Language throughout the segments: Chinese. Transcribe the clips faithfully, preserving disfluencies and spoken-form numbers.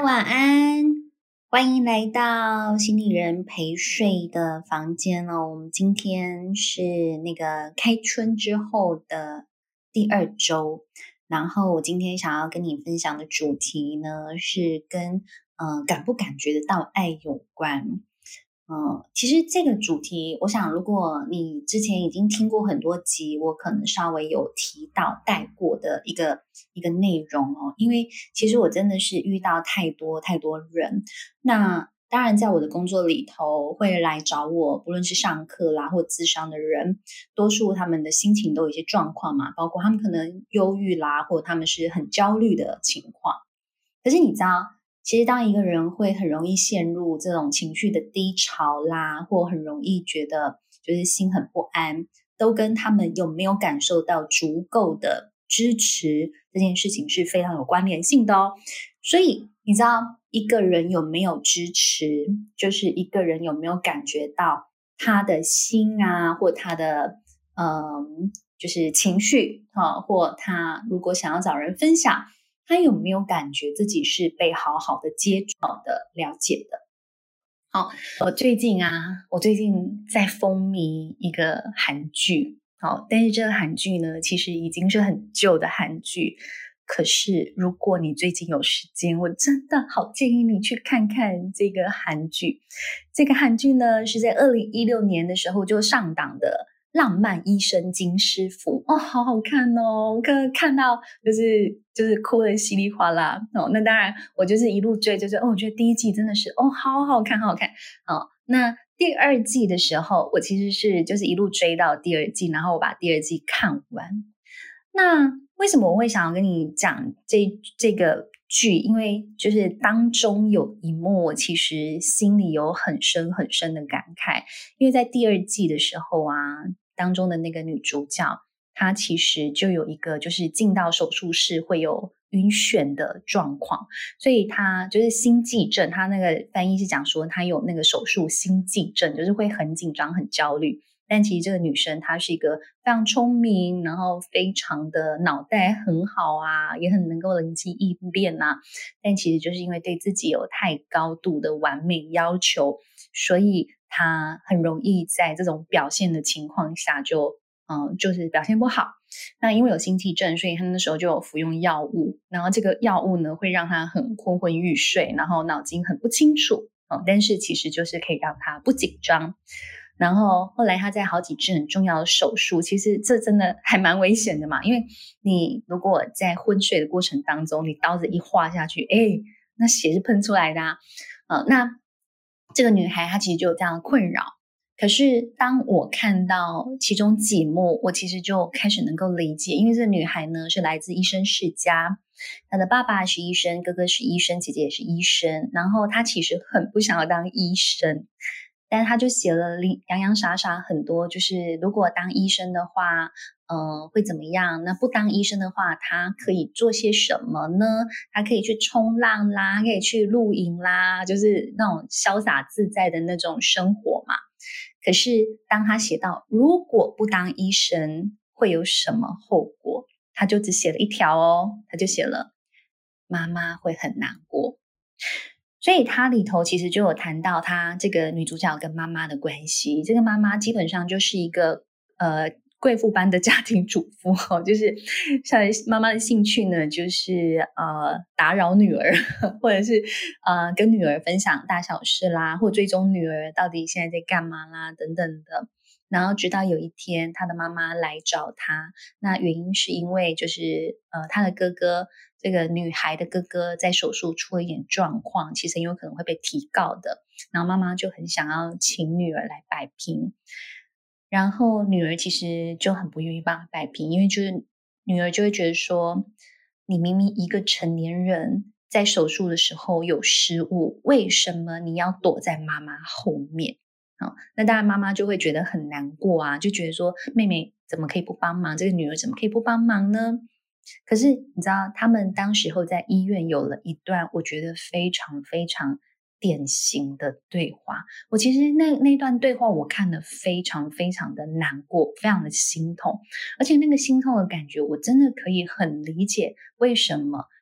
家晚安，欢迎来到心理人陪睡的房间哦。我们今天是那个开春之后的第二周，然后我今天想要跟你分享的主题呢，是跟呃感不感觉得到爱有关。嗯，其实这个主题，我想如果你之前已经听过很多集，我可能稍微有提到带过的一个一个内容哦，因为其实我真的是遇到太多太多人，那当然在我的工作里头会来找我，不论是上课啦或咨商的人，多数他们的心情都有一些状况嘛，包括他们可能忧郁啦，或者他们是很焦虑的情况。可是你知道，其实当一个人会很容易陷入这种情绪的低潮啦，或很容易觉得就是心很不安，都跟他们有没有感受到足够的支持这件事情是非常有关联性的哦。所以你知道一个人有没有支持，就是一个人有没有感觉到他的心啊，或他的嗯，就是情绪啊，或他如果想要找人分享，他有没有感觉自己是被好好的接住的、了解的？好，我最近啊，我最近在风靡一个韩剧，好，但是这个韩剧呢，其实已经是很旧的韩剧。可是如果你最近有时间，我真的好建议你去看看这个韩剧。这个韩剧呢，是在二零一六年的时候就上档的。浪漫医生金师傅哦，好好看哦！看看到就是就是哭得稀里哗啦哦。那当然，我就是一路追，就是哦，我觉得第一季真的是哦，好好看，好好看哦。那第二季的时候，我其实是就是一路追到第二季，然后我把第二季看完。那为什么我会想要跟你讲这这个剧？因为就是当中有一幕，我其实心里有很深很深的感慨。因为在第二季的时候啊，当中的那个女主角，她其实就有一个就是进到手术室会有晕眩的状况，所以她就是心悸症，她那个翻译是讲说她有那个手术心悸症，就是会很紧张很焦虑。但其实这个女生她是一个非常聪明，然后非常的脑袋很好啊，也很能够灵机应变啊，但其实就是因为对自己有太高度的完美要求，所以她很容易在这种表现的情况下就嗯，就是表现不好。那因为有心悸症，所以她那时候就有服用药物，然后这个药物呢会让她很昏昏欲睡，然后脑筋很不清楚，嗯，但是其实就是可以让她不紧张。然后后来他在好几次很重要的手术，其实这真的还蛮危险的嘛，因为你如果在昏睡的过程当中，你刀子一划下去，诶，那血是喷出来的啊。呃、那这个女孩她其实就有这样的困扰。可是当我看到其中几幕，我其实就开始能够理解，因为这个女孩呢是来自医生世家，她的爸爸是医生，哥哥是医生，姐姐也是医生，然后她其实很不想要当医生，但他就写了洋洋洒洒很多，就是如果当医生的话呃，会怎么样？那不当医生的话，他可以做些什么呢？他可以去冲浪啦，可以去露营啦，就是那种潇洒自在的那种生活嘛。可是当他写到如果不当医生会有什么后果，他就只写了一条哦，他就写了妈妈会很难过。所以它里头其实就有谈到她这个女主角跟妈妈的关系，这个妈妈基本上就是一个呃贵妇般的家庭主妇哦，就是像妈妈的兴趣呢，就是呃打扰女儿，或者是呃跟女儿分享大小事啦，或追踪女儿到底现在在干嘛啦等等的。然后直到有一天她的妈妈来找她，那原因是因为就是呃她的哥哥，这个女孩的哥哥在手术出了一点状况，其实很有可能会被提告的，然后妈妈就很想要请女儿来摆平，然后女儿其实就很不愿意帮她摆平，因为就是女儿就会觉得说，你明明一个成年人在手术的时候有失误，为什么你要躲在妈妈后面？哦，那当然妈妈就会觉得很难过啊，就觉得说妹妹怎么可以不帮忙，这个女儿怎么可以不帮忙呢？可是你知道他们当时候在医院有了一段我觉得非常非常典型的对话，我其实那那段对话我看得非常非常的难过，非常的心痛，而且那个心痛的感觉我真的可以很理解为什么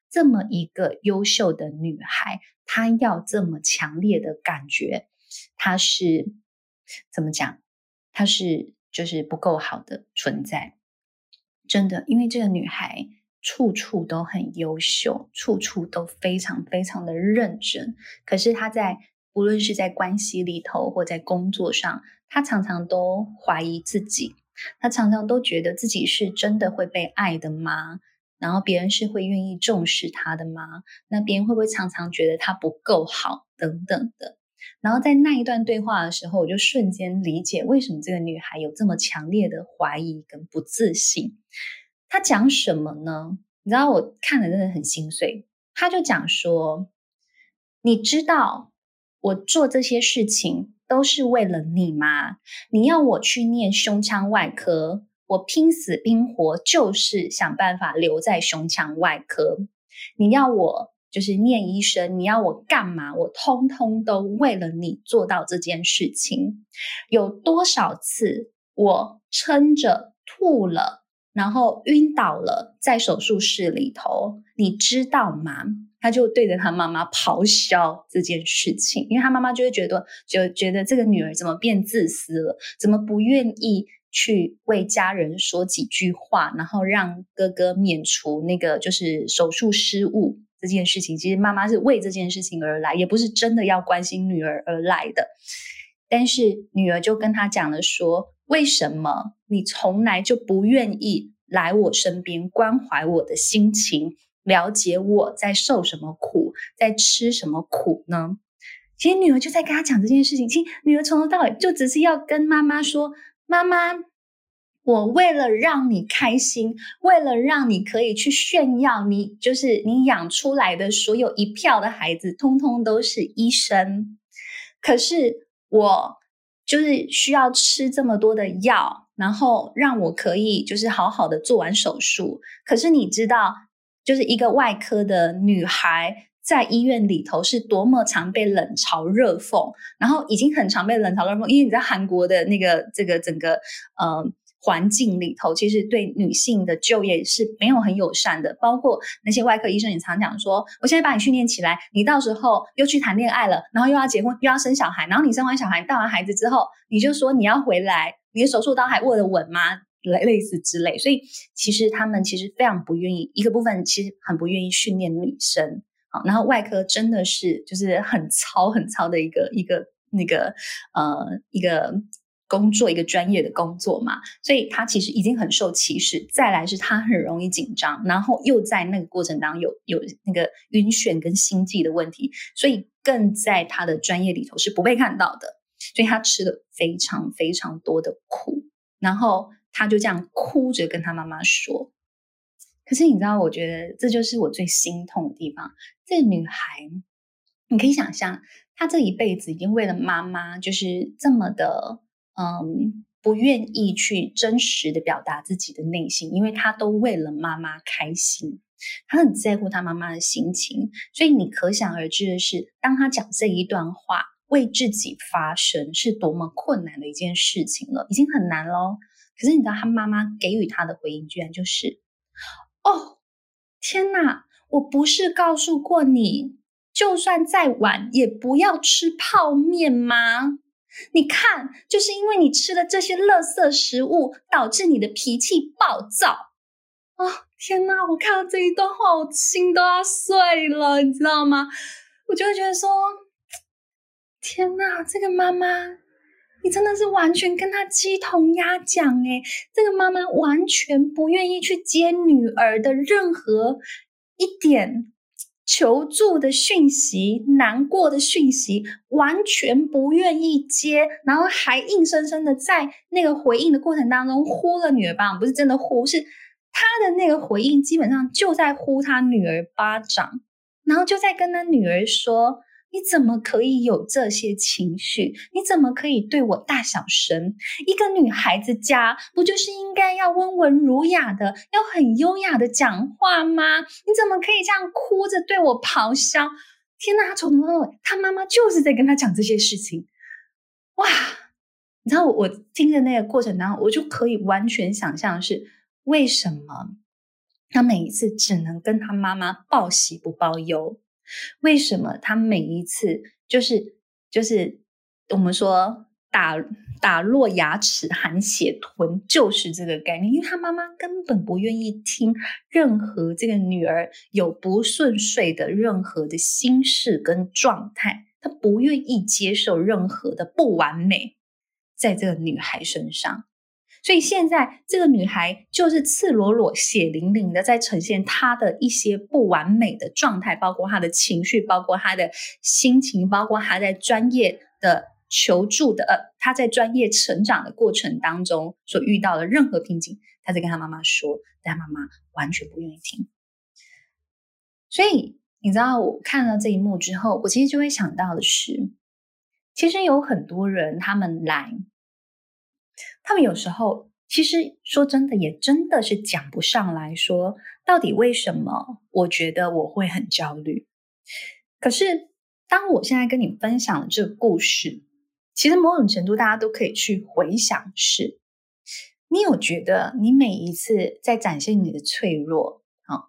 这么一个优秀的女孩，她要这么强烈的感觉她是怎么讲，她是就是不够好的存在。真的，因为这个女孩处处都很优秀，处处都非常非常的认真，可是她在无论是在关系里头或在工作上，她常常都怀疑自己，她常常都觉得自己是真的会被爱的吗？然后别人是会愿意重视她的吗？那别人会不会常常觉得她不够好等等的。然后在那一段对话的时候，我就瞬间理解为什么这个女孩有这么强烈的怀疑跟不自信。她讲什么呢？你知道我看了真的很心碎。她就讲说，你知道我做这些事情都是为了你吗？你要我去念胸腔外科，我拼死拼活就是想办法留在胸腔外科。你要我就是念医生，你要我干嘛？我通通都为了你做到这件事情。有多少次我撑着吐了，然后晕倒了，在手术室里头，你知道吗？他就对着他妈妈咆哮这件事情，因为他妈妈就会觉得，就觉得这个女儿怎么变自私了，怎么不愿意去为家人说几句话，然后让哥哥免除那个就是手术失误这件事情。其实妈妈是为这件事情而来，也不是真的要关心女儿而来的。但是女儿就跟他讲了说，为什么你从来就不愿意来我身边关怀我的心情，了解我在受什么苦，在吃什么苦呢？其实女儿就在跟他讲这件事情，其实女儿从头到尾就只是要跟妈妈说，妈妈，我为了让你开心，为了让你可以去炫耀你就是你养出来的所有一票的孩子通通都是医生，可是我就是需要吃这么多的药，然后让我可以就是好好的做完手术。可是你知道就是一个外科的女孩在医院里头是多么常被冷嘲热讽，然后已经很常被冷嘲热讽，因为你在韩国的那个这个整个呃环境里头，其实对女性的就业是没有很友善的，包括那些外科医生也常讲说，我现在把你训练起来，你到时候又去谈恋爱了，然后又要结婚又要生小孩，然后你生完小孩带完孩子之后，你就说你要回来，你的手术刀还握得稳吗？类似之类。所以其实他们其实非常不愿意，一个部分其实很不愿意训练女生。好，然后外科真的是就是很糙很糙的一个一个那个呃一个工作，一个专业的工作嘛，所以他其实已经很受歧视。再来是他很容易紧张，然后又在那个过程当中有有那个晕眩跟心悸的问题，所以更在他的专业里头是不被看到的，所以他吃了非常非常多的苦，然后他就这样哭着跟他妈妈说。可是你知道，我觉得这就是我最心痛的地方。这个女孩，你可以想象，她这一辈子已经为了妈妈，就是这么的，嗯，不愿意去真实的表达自己的内心，因为她都为了妈妈开心，她很在乎她妈妈的心情。所以你可想而知的是，当她讲这一段话，为自己发声是多么困难的一件事情了，已经很难咯。可是你知道，她妈妈给予她的回应居然就是，哦，天哪，我不是告诉过你，就算再晚也不要吃泡面吗？你看，就是因为你吃了这些垃圾食物，导致你的脾气暴躁。哦，天哪，我看到这一段话，我心都要碎了，你知道吗？我就会觉得说，天哪，这个妈妈你真的是完全跟他鸡同鸭讲诶，这个妈妈完全不愿意去接女儿的任何一点求助的讯息，难过的讯息，完全不愿意接，然后还硬生生的在那个回应的过程当中呼了女儿巴掌，不是真的呼，是他的那个回应基本上就在呼他女儿巴掌，然后就在跟他女儿说，你怎么可以有这些情绪？你怎么可以对我大小声？一个女孩子家不就是应该要温文儒雅的，要很优雅的讲话吗？你怎么可以这样哭着对我咆哮？天哪，他从头到尾，他妈妈就是在跟他讲这些事情。哇，你知道我我听着那个过程当中，我就可以完全想象是为什么他每一次只能跟他妈妈报喜不报忧。为什么他每一次就是就是我们说打打落牙齿含血吞，就是这个概念。因为他妈妈根本不愿意听任何这个女儿有不顺遂的任何的心事跟状态，他不愿意接受任何的不完美在这个女孩身上。所以现在这个女孩就是赤裸裸血淋淋的在呈现她的一些不完美的状态，包括她的情绪，包括她的心情，包括她在专业的求助的呃，她在专业成长的过程当中所遇到的任何瓶颈，她在跟她妈妈说，但她妈妈完全不愿意听。所以你知道我看到这一幕之后，我其实就会想到的是，其实有很多人他们来他们有时候其实说真的也真的是讲不上来说到底为什么我觉得我会很焦虑。可是当我现在跟你分享的这个故事，其实某种程度大家都可以去回想，是你有觉得你每一次在展现你的脆弱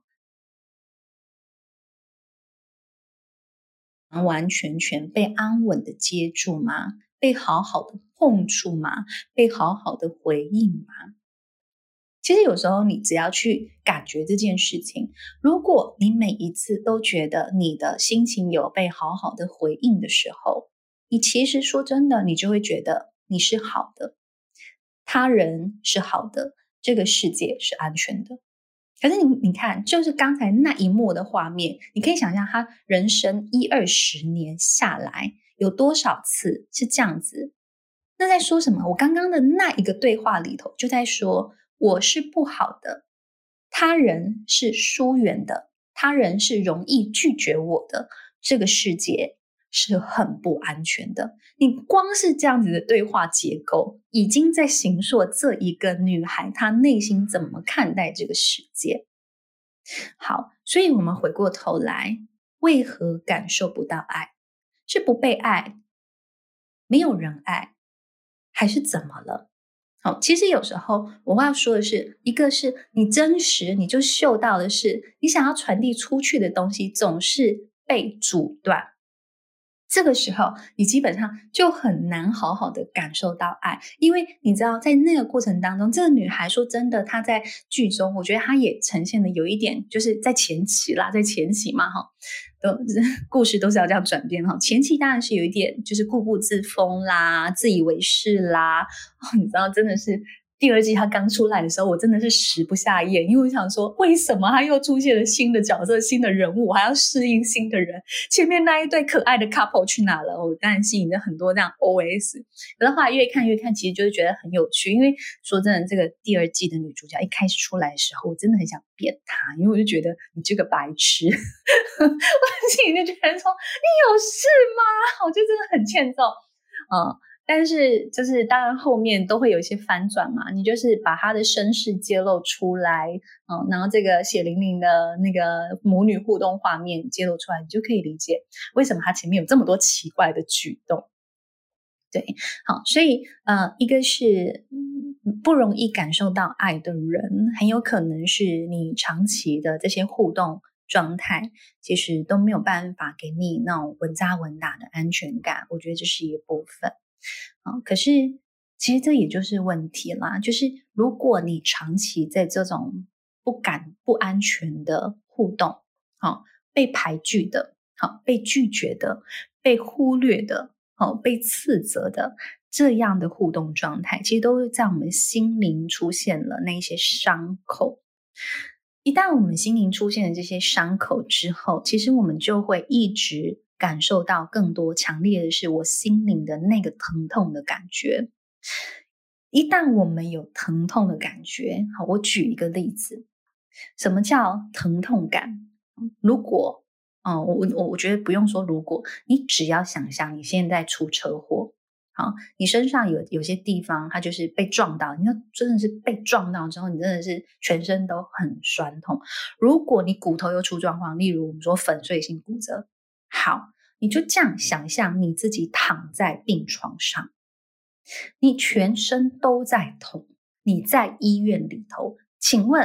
完完全全被安稳的接住吗？被好好的碰触吗？被好好的回应吗？其实有时候你只要去感觉这件事情，如果你每一次都觉得你的心情有被好好的回应的时候，你其实说真的，你就会觉得你是好的，他人是好的，这个世界是安全的。可是你你看，就是刚才那一幕的画面，你可以想象他人生一二十年下来有多少次是这样子。那在说什么？我刚刚的那一个对话里头就在说，我是不好的，他人是疏远的，他人是容易拒绝我的，这个世界是很不安全的。你光是这样子的对话结构，已经在形塑这一个女孩她内心怎么看待这个世界。好，所以我们回过头来，为何感受不到爱？是不被爱？没有人爱？还是怎么了？好，其实有时候我要说的是，一个是你真实，你就嗅到的是你想要传递出去的东西总是被阻断。这个时候你基本上就很难好好的感受到爱，因为你知道在那个过程当中，这个女孩说真的，她在剧中我觉得她也呈现的有一点就是在前期啦，在前期嘛哈，都故事都是要这样转变哈。前期当然是有一点就是固步自封啦，自以为是啦，哦，你知道真的是第二季他刚出来的时候，我真的是食不下咽，因为我想说，为什么他又出现了新的角色、新的人物，我还要适应新的人？前面那一对可爱的 couple 去哪了？我当然吸引了很多这样 O S， 可是后来越看越看，其实就是觉得很有趣。因为说真的，这个第二季的女主角一开始出来的时候，我真的很想扁她，因为我就觉得你这个白痴，我心里就觉得说你有事吗？我就真的很欠揍，嗯。但是就是当然后面都会有一些反转嘛，你就是把他的身世揭露出来，嗯，然后这个血淋淋的那个母女互动画面揭露出来，你就可以理解为什么他前面有这么多奇怪的举动。对，好，所以呃，一个是、嗯、不容易感受到爱的人，很有可能是你长期的这些互动状态其实都没有办法给你那种稳扎稳打的安全感，我觉得这是一个部分。好，可是其实这也就是问题啦，就是如果你长期在这种不敢不安全的互动，好，被排拒的，好，被拒绝的，被忽略的，好，被斥责的这样的互动状态，其实都是在我们心灵出现了那些伤口。一旦我们心灵出现了这些伤口之后，其实我们就会一直感受到更多强烈的是我心灵的那个疼痛的感觉。一旦我们有疼痛的感觉，好，我举一个例子，什么叫疼痛感？如果，哦，我我我觉得不用说如果，你只要想象你现在出车祸，好，你身上有有些地方它就是被撞到，你看真的是被撞到之后，你真的是全身都很酸痛。如果你骨头又出状况，例如我们说粉碎性骨折，好，你就这样想象你自己躺在病床上，你全身都在痛，你在医院里头，请问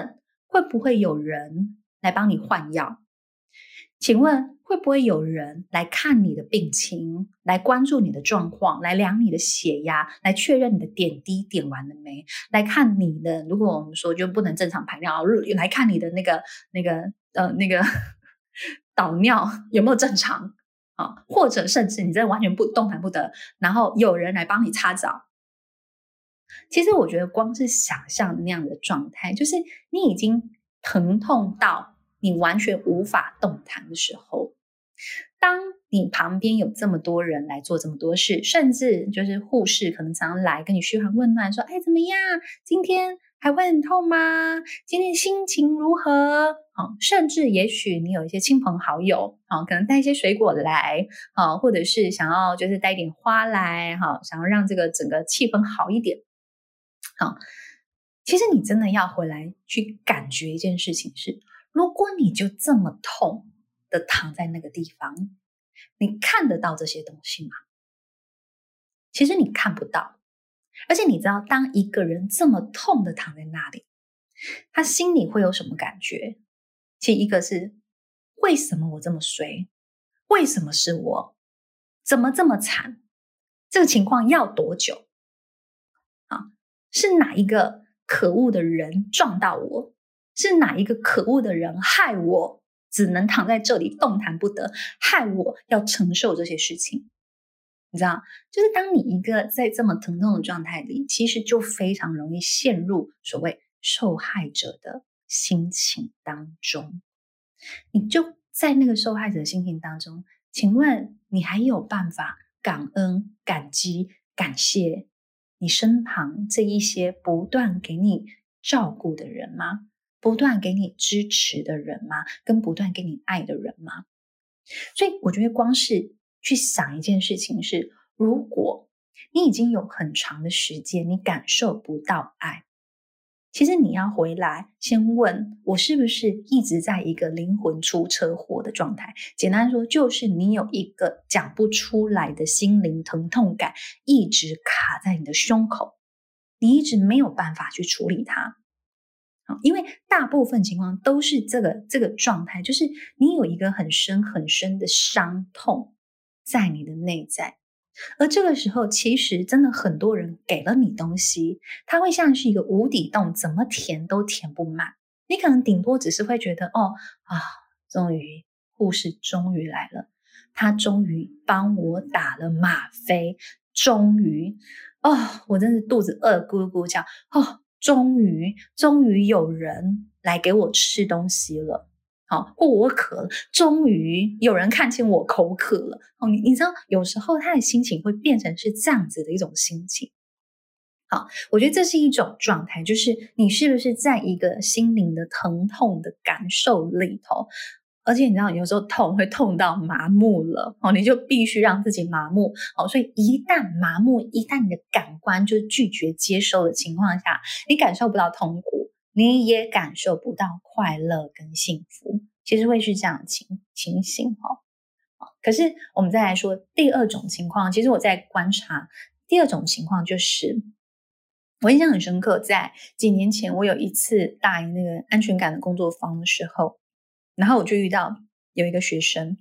会不会有人来帮你换药？请问会不会有人来看你的病情，来关注你的状况，来量你的血压，来确认你的点滴点完了没，来看你的，如果我们说就不能正常排尿，来看你的那个那个呃那个导尿有没有正常啊？或者甚至你真的完全不动弹不得，然后有人来帮你擦澡。其实我觉得光是想象那样的状态，就是你已经疼痛到你完全无法动弹的时候，当你旁边有这么多人来做这么多事，甚至就是护士可能常常来跟你嘘寒问暖说，哎，怎么样？今天还会很痛吗？今天心情如何？哦、甚至也许你有一些亲朋好友、哦、可能带一些水果来、哦、或者是想要就是带一点花来、哦、想要让这个整个气氛好一点。好，其实你真的要回来去感觉一件事情是，如果你就这么痛的躺在那个地方，你看得到这些东西吗？其实你看不到。而且你知道，当一个人这么痛的躺在那里，他心里会有什么感觉？其实一个是，为什么我这么衰？为什么是我？怎么这么惨？这个情况要多久？啊，是哪一个可恶的人撞到我？是哪一个可恶的人害我只能躺在这里动弹不得，害我要承受这些事情？你知道，就是当你一个在这么疼痛的状态里，其实就非常容易陷入所谓受害者的心情当中。你就在那个受害者的心情当中，请问你还有办法感恩、感激、感谢你身旁这一些不断给你照顾的人吗？不断给你支持的人吗？跟不断给你爱的人吗？所以我觉得光是去想一件事情是，如果你已经有很长的时间你感受不到爱，其实你要回来先问，我是不是一直在一个灵魂出车祸的状态？简单说，就是你有一个讲不出来的心灵疼痛感一直卡在你的胸口，你一直没有办法去处理它。因为大部分情况都是这个这个状态，就是你有一个很深很深的伤痛在你的内在，而这个时候其实真的很多人给了你东西，它会像是一个无底洞，怎么填都填不满。你可能顶多只是会觉得，哦啊，终于护士终于来了，他终于帮我打了吗啡，终于哦，我真是肚子饿咕咕叫，哦，终于终于有人来给我吃东西了，好，或我渴了，终于有人看见我口渴了。哦，你你知道，有时候他的心情会变成是这样子的一种心情。好，我觉得这是一种状态，就是你是不是在一个心灵的疼痛的感受里头，而且你知道，有时候痛会痛到麻木了，哦，你就必须让自己麻木，哦，所以一旦麻木，一旦你的感官就拒绝接受的情况下，你感受不到痛苦，你也感受不到快乐跟幸福，其实会是这样的情情形哦。可是我们再来说第二种情况，其实我在观察第二种情况，就是我印象很深刻，在几年前我有一次带那个安全感的工作坊的时候，然后我就遇到有一个学生，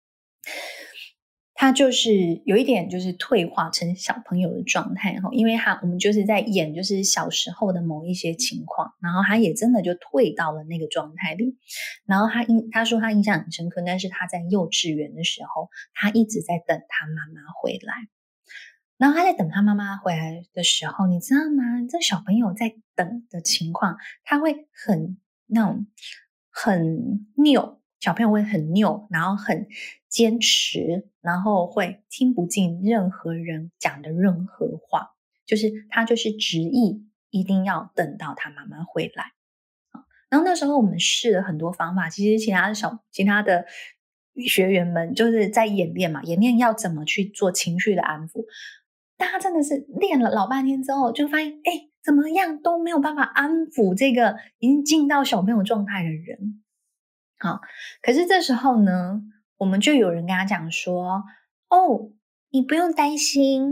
他就是有一点就是退化成小朋友的状态，因为他我们就是在演就是小时候的某一些情况，然后他也真的就退到了那个状态里。然后他印他说他印象很深刻，但是他在幼稚园的时候，他一直在等他妈妈回来。然后他在等他妈妈回来的时候，你知道吗？这小朋友在等的情况，他会很那种很拗，小朋友会很拗，然后很坚持，然后会听不进任何人讲的任何话，就是他就是执意一定要等到他妈妈回来。然后那时候我们试了很多方法，其实其他的小其他的学员们就是在演练嘛，演练要怎么去做情绪的安抚。大家真的是练了老半天之后，就发现，哎，怎么样都没有办法安抚这个已经进到小朋友状态的人。好，可是这时候呢，我们就有人跟他讲说，哦，你不用担心，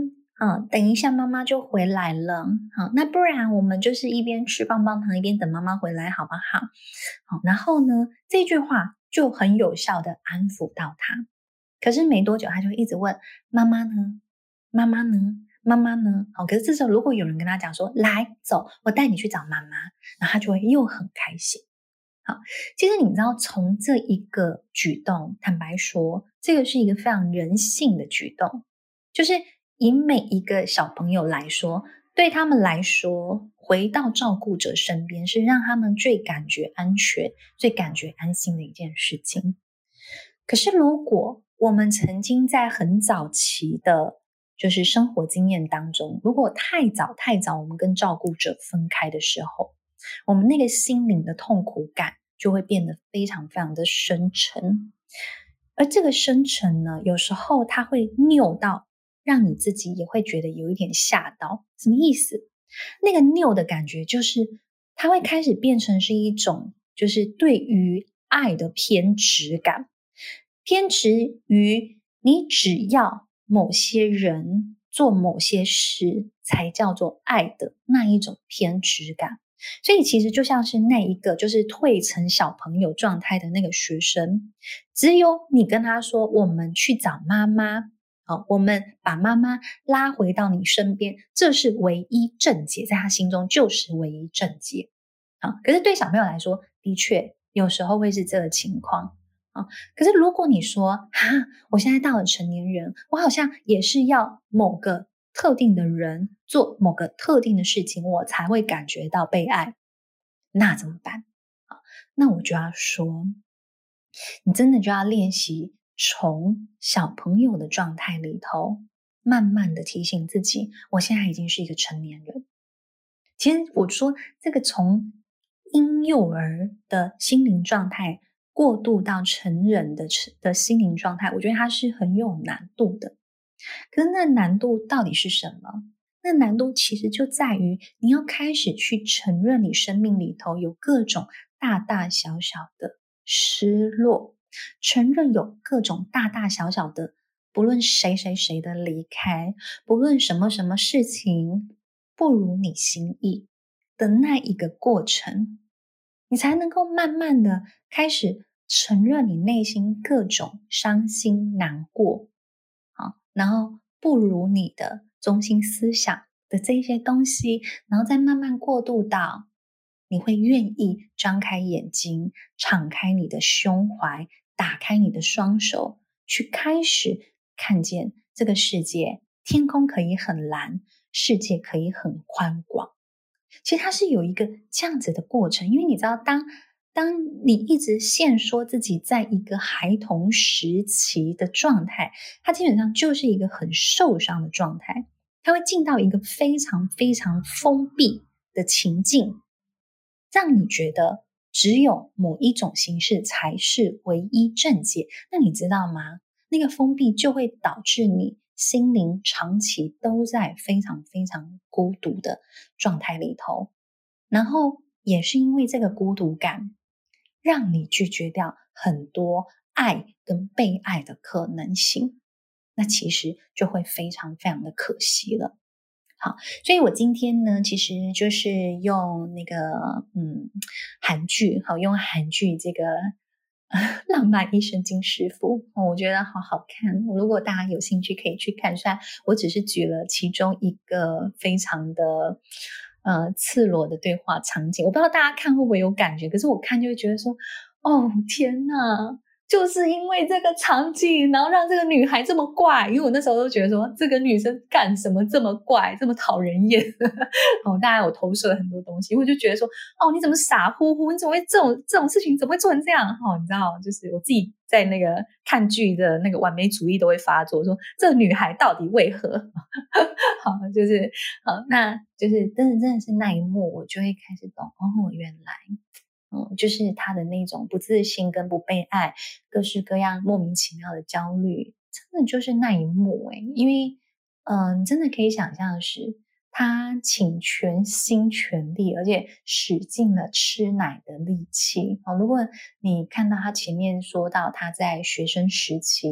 嗯，等一下妈妈就回来了，好，那不然我们就是一边吃棒棒糖一边等妈妈回来好不好？好，然后呢，这句话就很有效的安抚到他。可是没多久他就会一直问妈妈呢？妈妈呢？妈妈呢？好，可是这时候如果有人跟他讲说来走，我带你去找妈妈，然后他就会又很开心。好，其实你知道从这一个举动，坦白说，这个是一个非常人性的举动，就是以每一个小朋友来说，对他们来说，回到照顾者身边是让他们最感觉安全、最感觉安心的一件事情。可是如果我们曾经在很早期的就是生活经验当中，如果太早太早我们跟照顾者分开的时候，我们那个心灵的痛苦感就会变得非常非常的深沉。而这个深沉呢，有时候它会拗到让你自己也会觉得有一点吓到。什么意思？那个拗的感觉就是它会开始变成是一种就是对于爱的偏执感，偏执于你只要某些人做某些事才叫做爱的那一种偏执感。所以其实就像是那一个就是退成小朋友状态的那个学生，只有你跟他说我们去找妈妈，好，我们把妈妈拉回到你身边，这是唯一正解，在他心中就是唯一正解。好，可是对小朋友来说，的确有时候会是这个情况。啊，可是如果你说哈，我现在到了成年人，我好像也是要某个特定的人做某个特定的事情，我才会感觉到被爱，那怎么办？好，那我就要说，你真的就要练习从小朋友的状态里头，慢慢的提醒自己，我现在已经是一个成年人。其实我说这个从婴幼儿的心灵状态过渡到成人的的心灵状态，我觉得它是很有难度的。可是那难度到底是什么？那难度其实就在于你要开始去承认你生命里头有各种大大小小的失落，承认有各种大大小小的，不论谁谁谁的离开，不论什么什么事情不如你心意的那一个过程，你才能够慢慢的开始承认你内心各种伤心难过，好，然后不如你的中心思想的这些东西，然后再慢慢过渡到你会愿意张开眼睛，敞开你的胸怀，打开你的双手，去开始看见这个世界，天空可以很蓝，世界可以很宽广。其实它是有一个这样子的过程，因为你知道当当你一直限缩自己在一个孩童时期的状态，它基本上就是一个很受伤的状态，它会进到一个非常非常封闭的情境，让你觉得只有某一种形式才是唯一正解。那你知道吗？那个封闭就会导致你心灵长期都在非常非常孤独的状态里头，然后也是因为这个孤独感，让你拒绝掉很多爱跟被爱的可能性，那其实就会非常非常的可惜了。好，所以我今天呢，其实就是用那个嗯韩剧，好，用韩剧这个浪漫医生金师傅，哦，我觉得好好看。如果大家有兴趣可以去看，虽然我只是举了其中一个非常的呃赤裸的对话场景，我不知道大家看会不会有感觉，可是我看就会觉得说，哦天哪！就是因为这个场景，然后让这个女孩这么怪，因为我那时候都觉得说这个女生干什么这么怪，这么讨人厌。哦，大家有投射了很多东西，我就觉得说，哦，你怎么傻乎乎，你怎么会这种这种事情怎么会做成这样？哦，你知道，就是我自己在那个看剧的那个完美主义都会发作，说这个女孩到底为何？好，就是好，那就是真的真的是那一幕，我就会开始懂，哦，原来。嗯，就是他的那种不自信跟不被爱，各式各样莫名其妙的焦虑，真的就是那一幕诶，因为嗯，你真的可以想象的是，他倾全心全力，而且使尽了吃奶的力气。哦，如果你看到他前面说到他在学生时期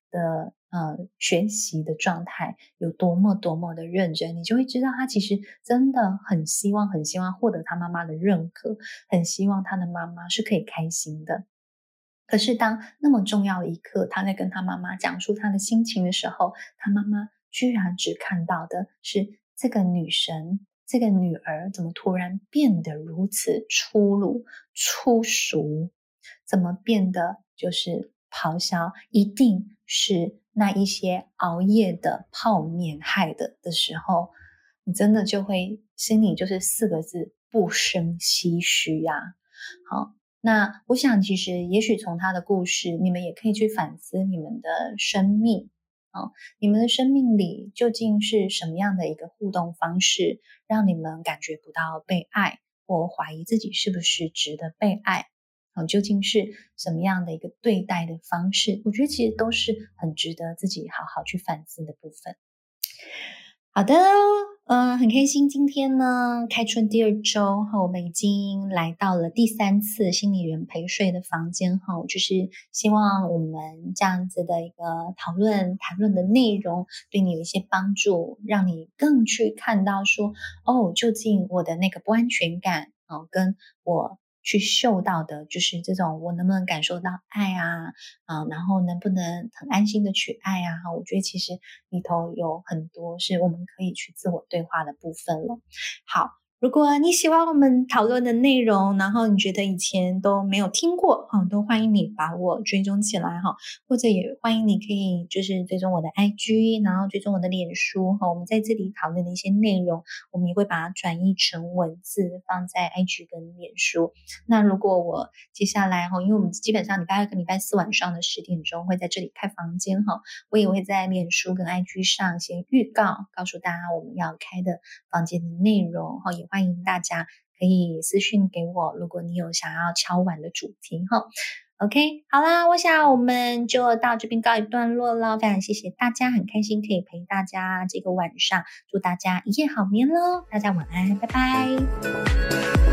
的呃学习的状态有多么多么的认真，你就会知道他其实真的很希望很希望获得他妈妈的认可，很希望他的妈妈是可以开心的。可是当那么重要的一刻，他在跟他妈妈讲述他的心情的时候，他妈妈居然只看到的是这个女神，这个女儿怎么突然变得如此粗鲁、粗俗，怎么变得就是咆哮，一定是那一些熬夜的泡面害的的时候，你真的就会心里就是四个字：不胜唏嘘啊。好，那我想其实也许从他的故事，你们也可以去反思你们的生命啊，你们的生命里究竟是什么样的一个互动方式，让你们感觉不到被爱，或怀疑自己是不是值得被爱啊？究竟是什么样的一个对待的方式？我觉得其实都是很值得自己好好去反思的部分。好的，嗯、呃，很开心今天呢，开春第二周哈，我们已经来到了第三次心理人陪睡的房间哈，就是希望我们这样子的一个讨论谈论的内容对你有一些帮助，让你更去看到说，哦，究竟我的那个不安全感啊、哦，跟我去嗅到的就是这种我能不能感受到爱啊啊，然后能不能很安心的去爱啊，我觉得其实里头有很多是我们可以去自我对话的部分了。好，如果你喜欢我们讨论的内容，然后你觉得以前都没有听过哈，都欢迎你把我追踪起来哈，或者也欢迎你可以就是追踪我的 I G， 然后追踪我的脸书哈，我们在这里讨论的一些内容，我们也会把它转译成文字放在 I G 跟脸书。那如果我接下来哈，因为我们基本上礼拜二跟礼拜四晚上的十点钟会在这里开房间哈，我也会在脸书跟 I G 上先预告，告诉大家我们要开的房间的内容哈，也欢迎大家可以私讯给我，如果你有想要敲碗的主题哈。OK， 好啦，我想我们就到这边告一段落了，非常谢谢大家，很开心可以陪大家这个晚上，祝大家一夜好眠咯，大家晚安，拜拜。